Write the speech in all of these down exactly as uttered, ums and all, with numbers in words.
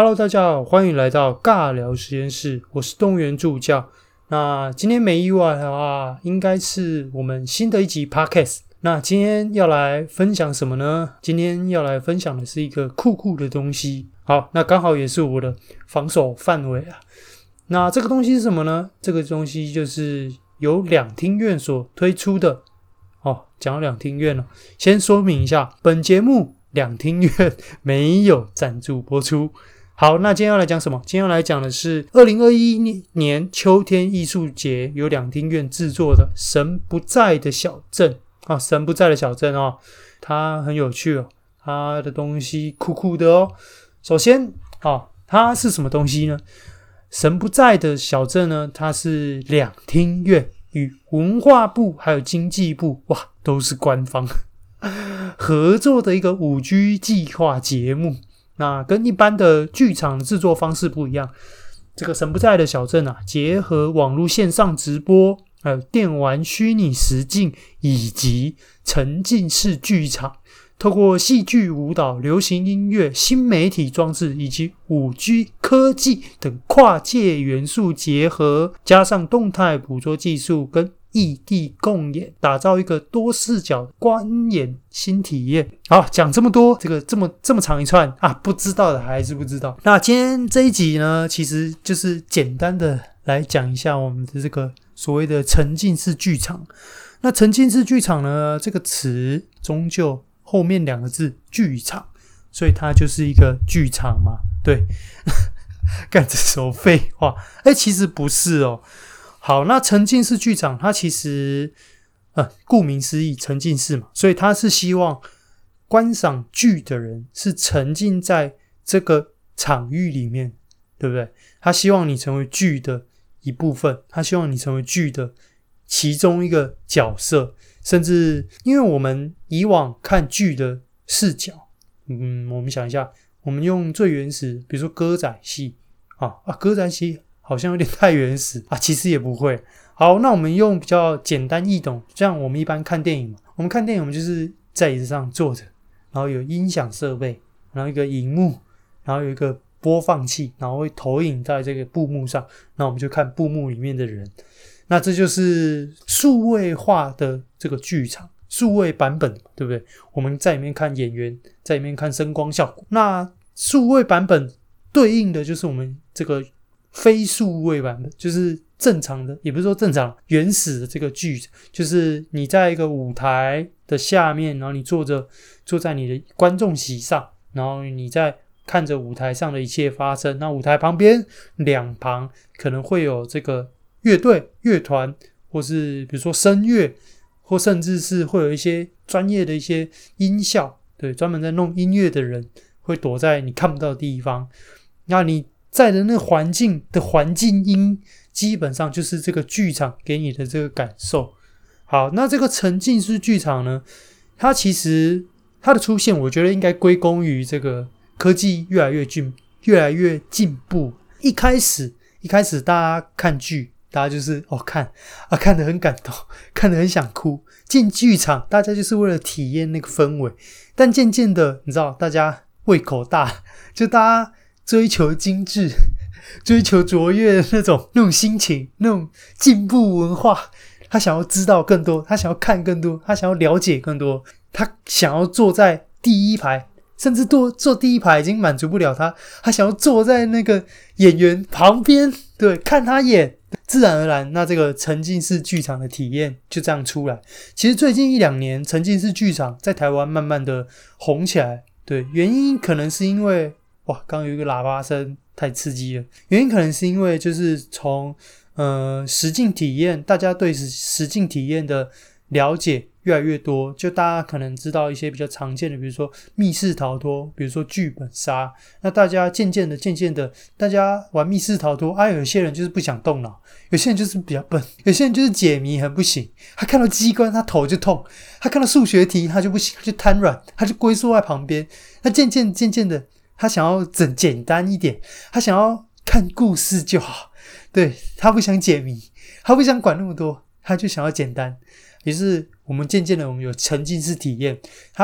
Hello， 大家好，欢迎来到尬聊实验室，我是动物园助教。那今天没意外的话，应该是我们新的一集 Podcast。那今天要来分享什么呢？今天要来分享的是一个酷酷的东西。好，那刚好也是我的防守范围啊。那这个东西是什么呢？这个东西就是由两厅院所推出的。哦，讲到两厅院了，先说明一下，本节目两厅院没有赞助播出。好，那今天要来讲什么？今天要来讲的是二零二一年秋天艺术节由两厅院制作的神不在的小镇啊，神不在的小镇哦，它很有趣哦，它的东西酷酷的哦。首先啊，它是什么东西呢？神不在的小镇呢，它是两厅院与文化部还有经济部，哇，都是官方合作的一个 五 G 计划节目。那跟一般的剧场的制作方式不一样，这个神不在的小镇啊，结合网络线上直播，还有电玩虚拟实境以及沉浸式剧场，透过戏剧、舞蹈、流行音乐、新媒体装置以及 五 G 科技等跨界元素结合，加上动态捕捉技术跟异地共演，打造一个多视角观演新体验。好，讲这么多，这个这么这么长一串啊，不知道的还是不知道。那今天这一集呢，其实就是简单的来讲一下我们的这个所谓的沉浸式剧场。那沉浸式剧场呢，这个词终究后面两个字剧场，所以它就是一个剧场嘛，对。干这首废话，哎，其实不是哦。好，那沉浸式剧场它其实呃，顾名思义沉浸式嘛，所以它是希望观赏剧的人是沉浸在这个场域里面，对不对？他希望你成为剧的一部分，他希望你成为剧的其中一个角色，甚至因为我们以往看剧的视角，嗯，我们想一下，我们用最原始，比如说歌仔戏啊啊，歌仔戏好像有点太原始啊，其实也不会。好，那我们用比较简单易懂，像我们一般看电影嘛，我们看电影我们就是在椅子上坐着，然后有音响设备，然后一个萤幕，然后有一个播放器，然后会投影在这个布幕上，那我们就看布幕里面的人。那这就是数位化的这个剧场，数位版本，对不对？我们在里面看演员，在里面看声光效果。那数位版本对应的就是我们这个非数位版本，就是正常的，也不是说正常，原始的这个剧，就是你在一个舞台的下面，然后你坐着坐在你的观众席上，然后你在看着舞台上的一切发生。那舞台旁边两旁可能会有这个乐队、乐团，或是比如说声乐，或甚至是会有一些专业的一些音效，对，专门在弄音乐的人会躲在你看不到的地方。那你在的那个环境的环境音，基本上就是这个剧场给你的这个感受。好，那这个沉浸式剧场呢，它其实它的出现，我觉得应该归功于这个科技越来越进越来越进步。一开始一开始大家看剧，大家就是哦看啊看得很感动，看得很想哭。进剧场大家就是为了体验那个氛围，但渐渐的，你知道，大家胃口大，就大家追求精致，追求卓越的那种那种心情，那种进步文化，他想要知道更多，他想要看更多，他想要了解更多，他想要坐在第一排，甚至坐坐第一排已经满足不了他，他想要坐在那个演员旁边，对，看他演。自然而然，那这个沉浸式剧场的体验就这样出来。其实最近一两年，沉浸式剧场在台湾慢慢的红起来，对，原因可能是因为哇，刚刚有一个喇叭声，太刺激了。原因可能是因为就是从呃实境体验，大家对实境体验的了解越来越多，就大家可能知道一些比较常见的，比如说密室逃脱，比如说剧本杀。那大家渐渐的、渐渐的，大家玩密室逃脱，啊，有些人就是不想动脑，有些人就是比较笨，有些人就是解谜很不行，他看到机关他头就痛，他看到数学题他就不行，他就瘫软，他就龟缩在旁边。那渐渐渐渐的，他想要整简单一点，他想要看故事就好，对，他不想解谜，他不想管那么多，他就想要简单。于是我们渐渐的我们有沉浸式体验，他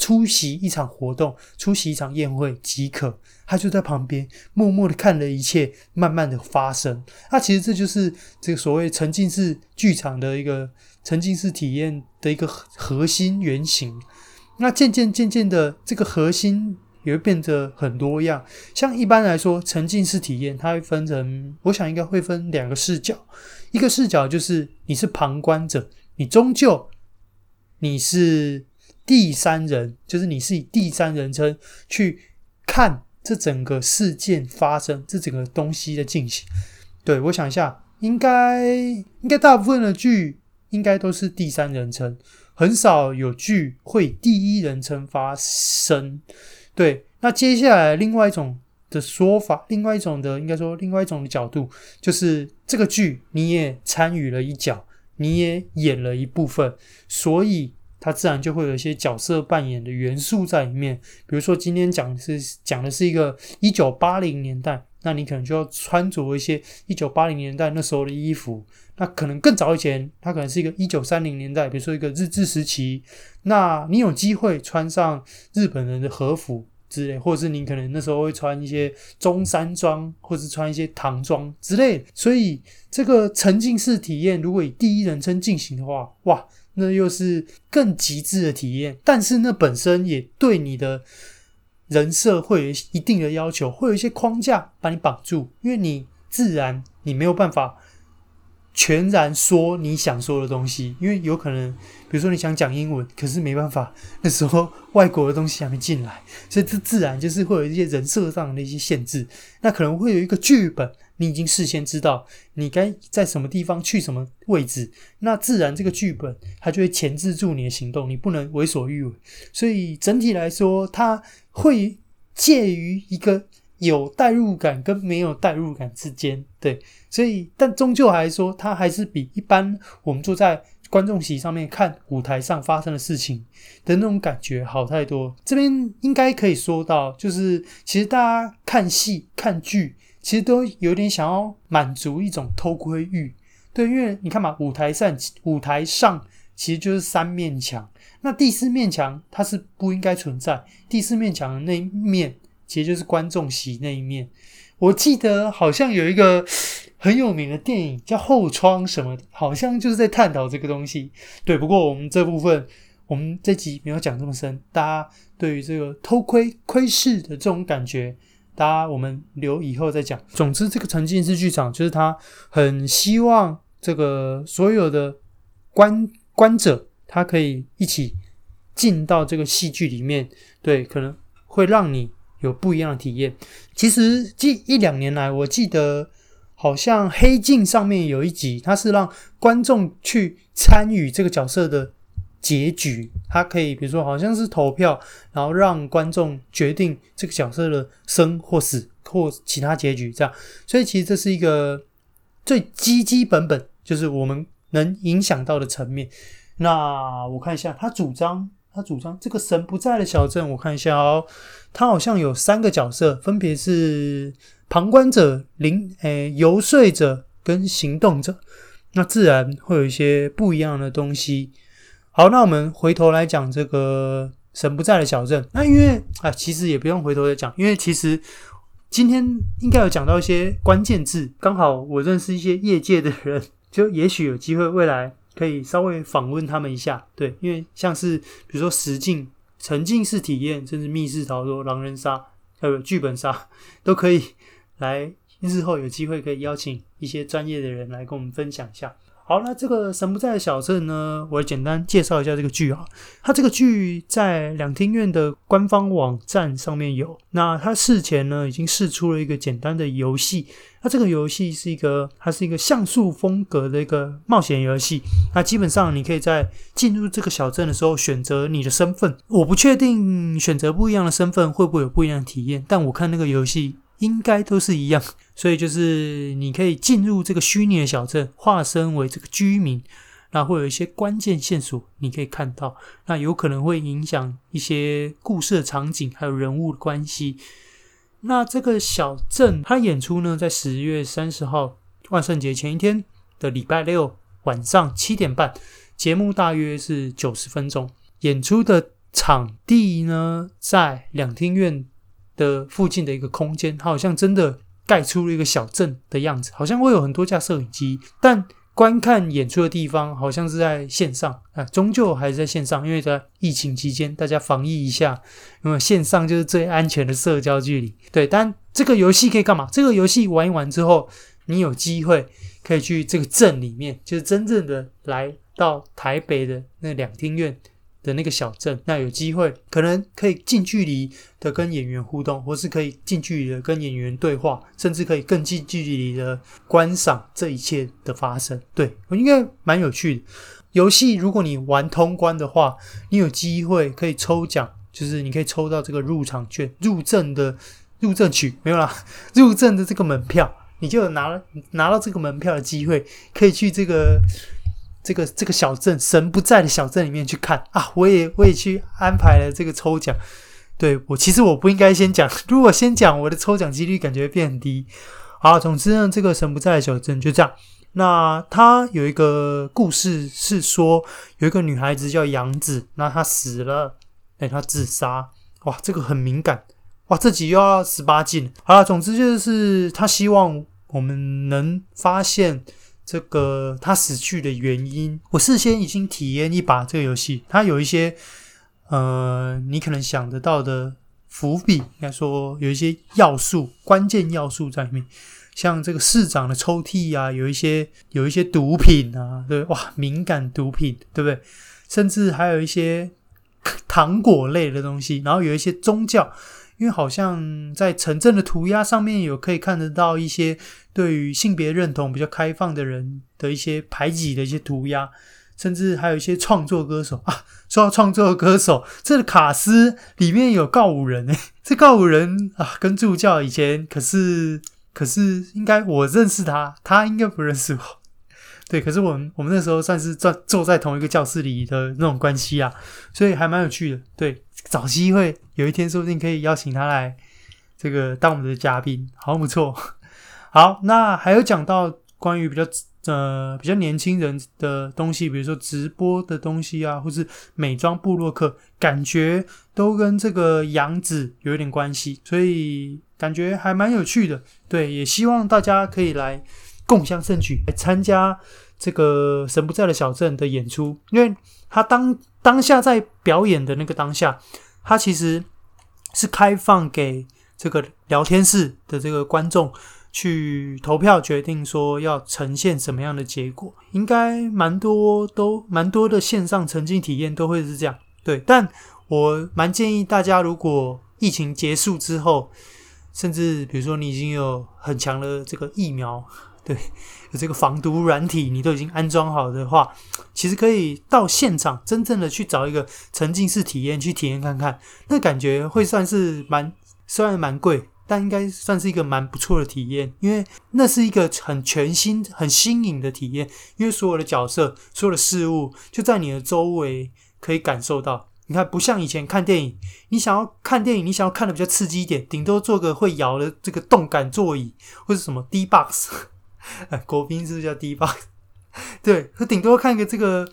出席一场活动，出席一场宴会即可，他就在旁边默默的看了一切慢慢的发生。那其实这就是这个所谓沉浸式剧场的一个沉浸式体验的一个核心原型。那渐渐渐渐的，这个核心也会变得很多样。像一般来说，沉浸式体验它会分成，我想应该会分两个视角。一个视角就是你是旁观者，你终究你是第三人，就是你是以第三人称去看这整个事件发生，这整个东西的进行。对，我想一下，应该应该大部分的剧应该都是第三人称，很少有剧会以第一人称发生。对，那接下来另外一种的说法，另外一种的应该说另外一种的角度，就是这个剧你也参与了一角，你也演了一部分，所以它自然就会有一些角色扮演的元素在里面。比如说今天讲的是讲的是一个一九八零年代，那你可能就要穿着一些一九八零年代那时候的衣服。那可能更早以前，它可能是一个一九三零年代，比如说一个日治时期，那你有机会穿上日本人的和服之类，或者是你可能那时候会穿一些中山装，或者是穿一些唐装之类的。所以这个沉浸式体验如果以第一人称进行的话，哇，那又是更极致的体验。但是那本身也对你的人设会有一定的要求，会有一些框架把你绑住，因为你自然你没有办法全然说你想说的东西，因为有可能比如说你想讲英文，可是没办法，那时候外国的东西还没进来，所以这自然就是会有一些人设上的一些限制。那可能会有一个剧本，你已经事先知道你该在什么地方去什么位置，那自然这个剧本它就会钳制住你的行动，你不能为所欲为。所以整体来说，它会介于一个有代入感跟没有代入感之间，对，所以但终究还说，它还是比一般我们坐在观众席上面看舞台上发生的事情的那种感觉好太多。这边应该可以说到，就是其实大家看戏看剧，其实都有点想要满足一种偷窥欲，对，因为你看嘛，舞台上舞台上其实就是三面墙，那第四面墙它是不应该存在，第四面墙的那一面其实就是观众席那一面。我记得好像有一个很有名的电影叫后窗什么的，好像就是在探讨这个东西。对，不过我们这部分我们这集没有讲这么深，大家对于这个偷窥窥视的这种感觉，大家我们留以后再讲。总之这个沉浸式剧场就是他很希望这个所有的观观者他可以一起进到这个戏剧里面，对，可能会让你有不一样的体验。其实近一两年来，我记得好像黑镜上面有一集，它是让观众去参与这个角色的结局，它可以比如说好像是投票，然后让观众决定这个角色的生或死或其他结局这样。所以其实这是一个最基基本本就是我们能影响到的层面。那我看一下他主张他主张这个神不在的小镇，我看一下哦，他好像有三个角色，分别是旁观者、领诶游说者跟行动者，那自然会有一些不一样的东西。好，那我们回头来讲这个神不在的小镇。那因为啊，其实也不用回头再讲，因为其实今天应该有讲到一些关键字，刚好我认识一些业界的人，就也许有机会未来可以稍微访问他们一下。对，因为像是比如说实境、沉浸式体验，甚至密室逃脱、狼人杀还有剧本杀，都可以来，日后有机会可以邀请一些专业的人来跟我们分享一下。好，那这个神不在的小镇呢，我简单介绍一下这个剧啊。它这个剧在两厅院的官方网站上面有，那它事前呢已经释出了一个简单的游戏。那这个游戏是一个它是一个像素风格的一个冒险游戏。那基本上你可以在进入这个小镇的时候选择你的身份，我不确定选择不一样的身份会不会有不一样的体验，但我看那个游戏应该都是一样。所以就是你可以进入这个虚拟的小镇，化身为这个居民，那会有一些关键线索你可以看到，那有可能会影响一些故事的场景还有人物的关系。那这个小镇它演出呢，在十月三十号万圣节前一天的礼拜六晚上七点半，节目大约是九十分钟。演出的场地呢在两厅院的附近的一个空间，它好像真的盖出了一个小镇的样子，好像会有很多架摄影机，但观看演出的地方好像是在线上啊，终究还是在线上，因为在疫情期间大家防疫一下，因为线上就是最安全的社交距离。对，但这个游戏可以干嘛？这个游戏玩一玩之后，你有机会可以去这个镇里面，就是真正的来到台北的那两厅院的那个小镇，那有机会可能可以近距离的跟演员互动，或是可以近距离的跟演员对话，甚至可以更近距离的观赏这一切的发生。对，应该蛮有趣的。游戏如果你玩通关的话，你有机会可以抽奖，就是你可以抽到这个入场券、入镇的入镇曲没有啦，入镇的这个门票，你就有拿了拿到这个门票的机会，可以去这个。这个这个小镇神不在的小镇里面去看啊！我也我也去安排了这个抽奖。对，我其实我不应该先讲，如果先讲我的抽奖几率感觉会变很低。好，总之呢，这个神不在的小镇就这样。那它有一个故事是说，有一个女孩子叫杨子，那她死了，哎，她自杀。哇，这个很敏感。哇，这集又要十八禁。好了，总之就是她希望我们能发现。这个他死去的原因，我事先已经体验一把这个游戏，它有一些呃你可能想得到的伏笔，应该说有一些要素，关键要素在里面，像这个市长的抽屉啊，有一些有一些毒品啊，对，哇，敏感毒品，对不对？甚至还有一些糖果类的东西，然后有一些宗教。因为好像在城镇的涂鸦上面有可以看得到一些对于性别认同比较开放的人的一些排挤的一些涂鸦，甚至还有一些创作歌手啊。说到创作歌手，这个卡斯里面有告五人诶，这告五人啊，跟助教以前可是可是应该我认识他，他应该不认识我。对，可是我们我们那时候算是坐坐在同一个教室里的那种关系啊，所以还蛮有趣的。对，找机会有一天说不定可以邀请他来这个当我们的嘉宾，好像不错。好，那还有讲到关于比较呃比较年轻人的东西，比如说直播的东西啊，或是美妆部落客，感觉都跟这个杨子有一点关系，所以感觉还蛮有趣的。对，也希望大家可以来共襄盛举，来参加这个神不在的小镇的演出，因为他当当下在表演的那个当下，他其实是开放给这个聊天室的这个观众去投票决定说要呈现什么样的结果，应该蛮多都蛮多的线上沉浸体验都会是这样。对，但我蛮建议大家，如果疫情结束之后，甚至比如说你已经有很强的这个疫苗，对，有这个防毒软体你都已经安装好的话，其实可以到现场真正的去找一个沉浸式体验去体验看看，那感觉会算是蛮虽然蛮贵，但应该算是一个蛮不错的体验，因为那是一个很全新很新颖的体验，因为所有的角色所有的事物就在你的周围可以感受到。你看，不像以前看电影，你想要看电影，你想要看的比较刺激一点，顶多做个会摇的这个动感座椅，或是什么 D-Box 国宾是不是叫 D-Box？ 对，顶多看个这个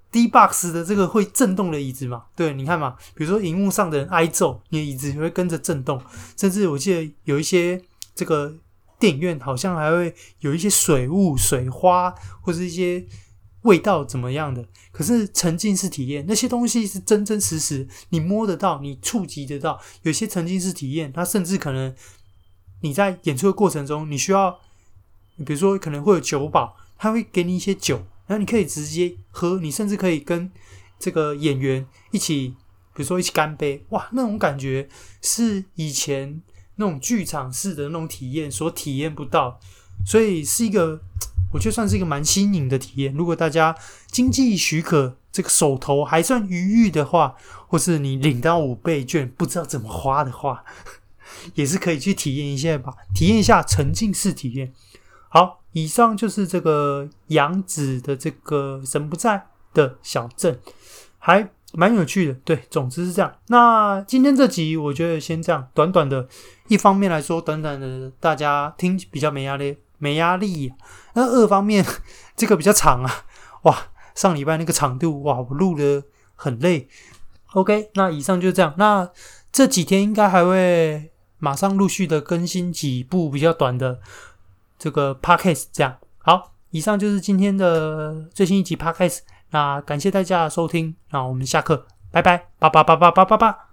D-Box 的这个会震动的椅子嘛。对，你看嘛，比如说荧幕上的人挨揍，你的椅子也会跟着震动，甚至我记得有一些这个电影院好像还会有一些水雾、水花，或是一些味道怎么样的。可是沉浸式体验那些东西是真真实实你摸得到，你触及得到。有些沉浸式体验它甚至可能你在演出的过程中，你需要比如说可能会有酒保，他会给你一些酒，然后你可以直接喝，你甚至可以跟这个演员一起比如说一起干杯。哇，那种感觉是以前那种剧场式的那种体验所体验不到，所以是一个我觉得算是一个蛮新颖的体验。如果大家经济许可，这个手头还算余裕的话，或是你领到五倍券不知道怎么花的话，也是可以去体验一下吧，体验一下沉浸式体验。好，以上就是这个杨子的这个神不在的小镇，还蛮有趣的。对，总之是这样。那今天这集我觉得先这样，短短的，一方面来说短短的大家听比较没压力没压力、啊、那二方面这个比较长啊，哇，上礼拜那个长度哇，我录得很累， OK， 那以上就这样。那这几天应该还会马上陆续的更新几部比较短的这个 podcast， 这样。好，以上就是今天的最新一集 podcast。那感谢大家的收听，那我们下课，拜拜，叭叭叭叭叭叭叭。